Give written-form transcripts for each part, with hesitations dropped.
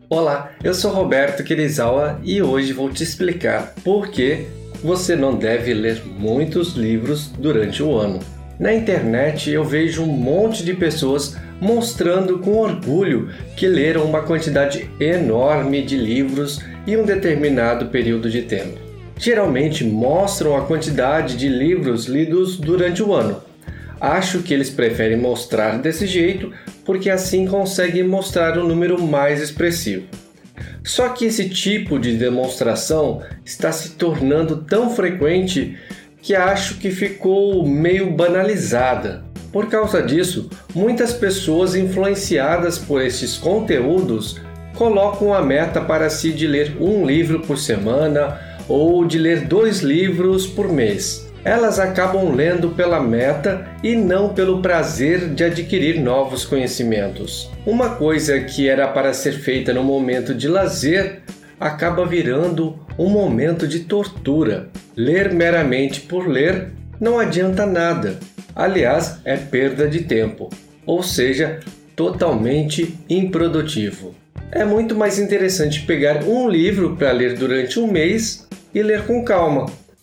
Olá, eu sou Roberto Kirizawa e hoje vou te explicar por que você não deve ler muitos livros durante o ano. Na internet eu vejo um monte de pessoas mostrando com orgulho que leram uma quantidade enorme de livros em um determinado período de tempo. Geralmente mostram a quantidade de livros lidos durante o ano. Acho que eles preferem mostrar desse jeito porque assim conseguem mostrar um número mais expressivo. Só que esse tipo de demonstração está se tornando tão frequente que acho que ficou meio banalizada. Por causa disso, muitas pessoas influenciadas por esses conteúdos colocam a meta para si de ler um livro por semana ou de ler 2 livros por mês. Elas acabam lendo pela meta e não pelo prazer de adquirir novos conhecimentos. Uma coisa que era para ser feita no momento de lazer acaba virando um momento de tortura. Ler meramente por ler não adianta nada. Aliás, é perda de tempo, ou seja, totalmente improdutivo. É muito mais interessante pegar um livro para ler durante um mês e ler com calma.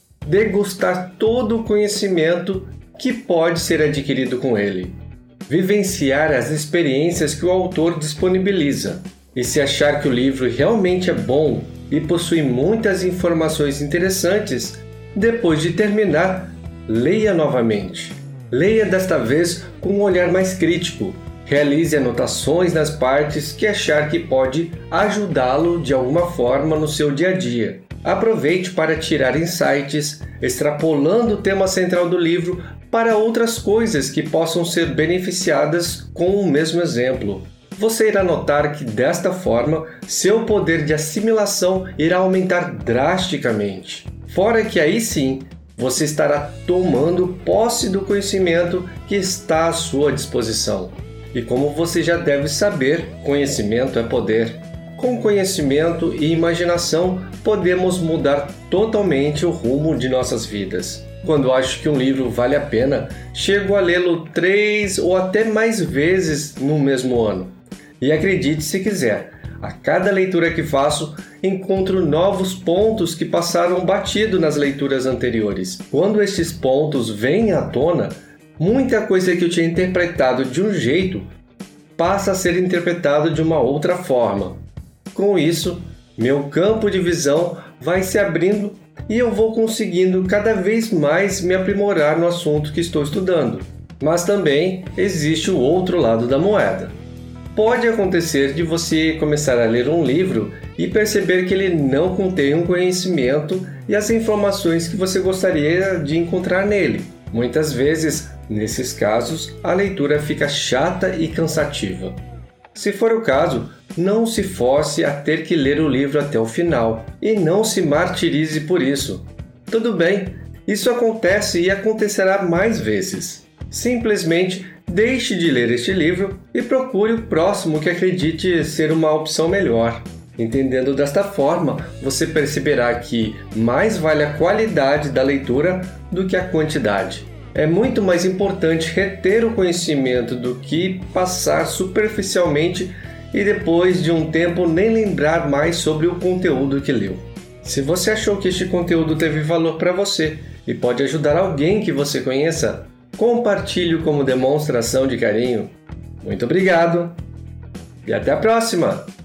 Degustar todo o conhecimento que pode ser adquirido com ele. Vivenciar as experiências que o autor disponibiliza. E se achar que o livro realmente é bom e possui muitas informações interessantes, depois de terminar, leia novamente. Leia desta vez com um olhar mais crítico. Realize anotações nas partes que achar que pode ajudá-lo de alguma forma no seu dia a dia. Aproveite para tirar insights, extrapolando o tema central do livro para outras coisas que possam ser beneficiadas com o mesmo exemplo. Você irá notar que desta forma, seu poder de assimilação irá aumentar drasticamente. Fora que aí sim, você estará tomando posse do conhecimento que está à sua disposição. E como você já deve saber, conhecimento é poder. Com conhecimento e imaginação, podemos mudar totalmente o rumo de nossas vidas. Quando acho que um livro vale a pena, chego a lê-lo 3 ou até mais vezes no mesmo ano. E acredite se quiser, a cada leitura que faço, encontro novos pontos que passaram batido nas leituras anteriores. Quando estes pontos vêm à tona, muita coisa que eu tinha interpretado de um jeito passa a ser interpretado de uma outra forma. Com isso, meu campo de visão vai se abrindo e eu vou conseguindo cada vez mais me aprimorar no assunto que estou estudando. Mas também existe o outro lado da moeda. Pode acontecer de você começar a ler um livro e perceber que ele não contém um conhecimento e as informações que você gostaria de encontrar nele. Muitas vezes, nesses casos, a leitura fica chata e cansativa. Se for o caso, não se force a ter que ler o livro até o final e não se martirize por isso. Tudo bem, isso acontece e acontecerá mais vezes. Simplesmente deixe de ler este livro e procure o próximo que acredite ser uma opção melhor. Entendendo desta forma, você perceberá que mais vale a qualidade da leitura do que a quantidade. É muito mais importante reter o conhecimento do que passar superficialmente e depois de um tempo nem lembrar mais sobre o conteúdo que leu. Se você achou que este conteúdo teve valor para você e pode ajudar alguém que você conheça, compartilhe como demonstração de carinho. Muito obrigado e até a próxima!